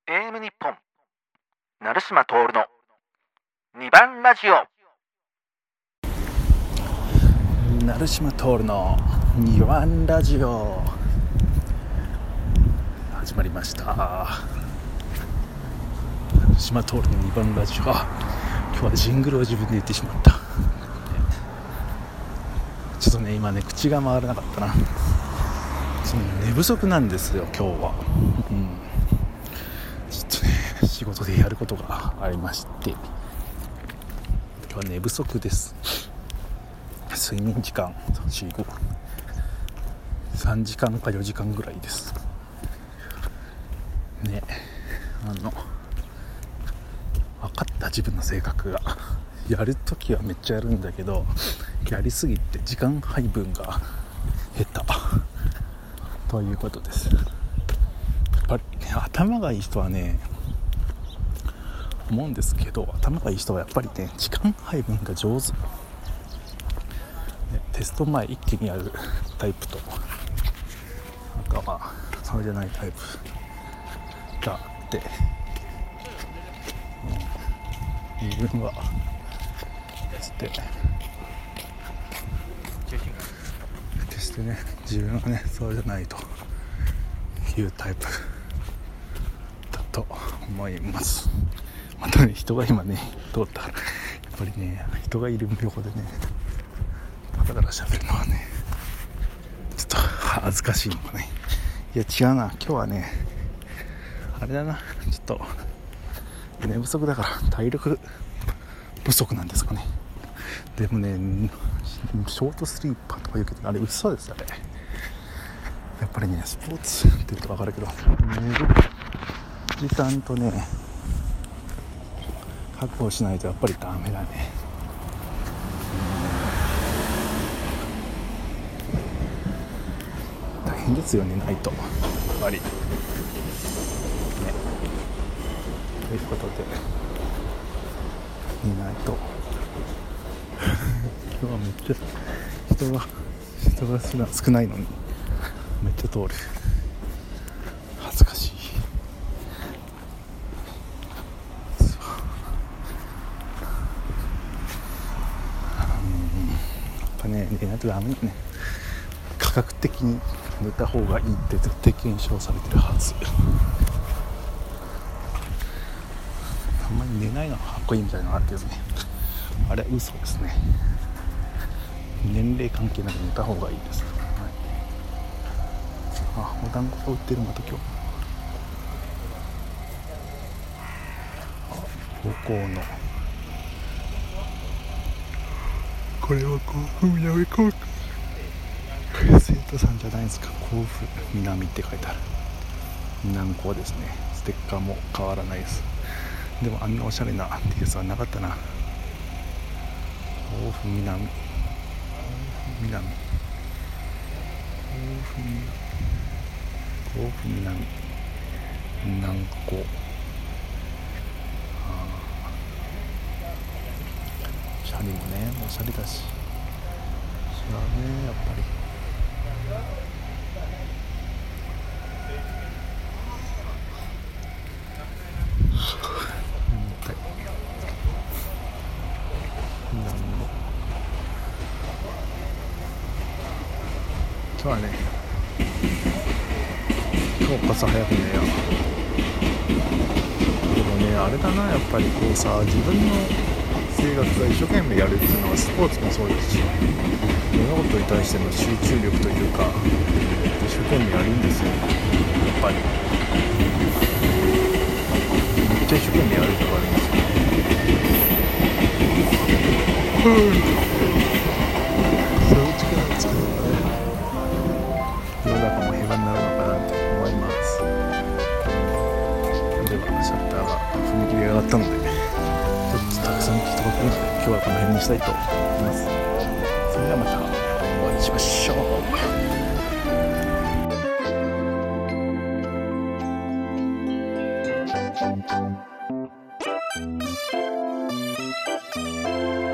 AM 日本成島徹の2番ラジオ。 成島徹の2番ラジオ始まりました。成島徹の2番ラジオ、今日はジングルを自分で言ってしまった。ちょっとね今ね口が回らなかったな。その寝不足なんですよ今日は、ちょっとね仕事でやることがありまして、今日は寝不足です。睡眠時間3時間か4時間ぐらいですね。分かった自分の性格が、やるときはめっちゃやるんだけど、やりすぎて時間配分が下手ということです。やっぱり、ね、頭がいい人はね思うんですけど、頭がいい人はやっぱりね時間配分が上手、テスト前一気にやるタイプと、なんかそうじゃないタイプがあって、自分は決してね自分はねそうじゃないというタイプだと思います。またね人が今ね通ったらやっぱりね人がいる横でねだから喋るのはねちょっと恥ずかしいのかね。いや違うな、今日はねあれだな、ちょっと寝不足だから体力不足なんですかね。でもねショートスリーパーとか言うけどあれ嘘ですよね。やっぱりねスポーツって言うと分かるけど寝る時間とね確保しないとやっぱりダメだね。大変ですよね、ないとやっぱりね。ということで寝ないと今日はめっちゃ人が普段少ないのにめっちゃ通る。恥ずかしい。やっぱね寝ないとダメだね。科学的に寝た方がいいって絶対検証されてるはず。あんまり寝ないのがかっこいいみたいなのがあるけどね、あれは嘘ですね。年齢関係なく寝た方がいいです、お団子が売ってるまた今日。高校のこれは甲府南高校生徒さんじゃないですか。甲府南って書いてある南高ですね。ステッカーも変わらないです。でもあんなおしゃれな T シャツはなかったな。甲府南南高、シャリもねおしゃれだし、違うねやっぱり。今日はね今日こそ早く寝よう。でもねあれだな、やっぱりこうさ、自分の生活が一生懸命やるっていうのはスポーツもそうですし、物事に対しての集中力というか一生懸命やるんですよ。やっぱりめっちゃ一生懸命やる人があるんですよ。そういう力を使うのがね世の中も平和になるのかなって思います。ではシャッターが踏切が上がったのでちょっとたくさん人が来るので今日はこの辺にしたいと思います。それではまたお会いしましょう。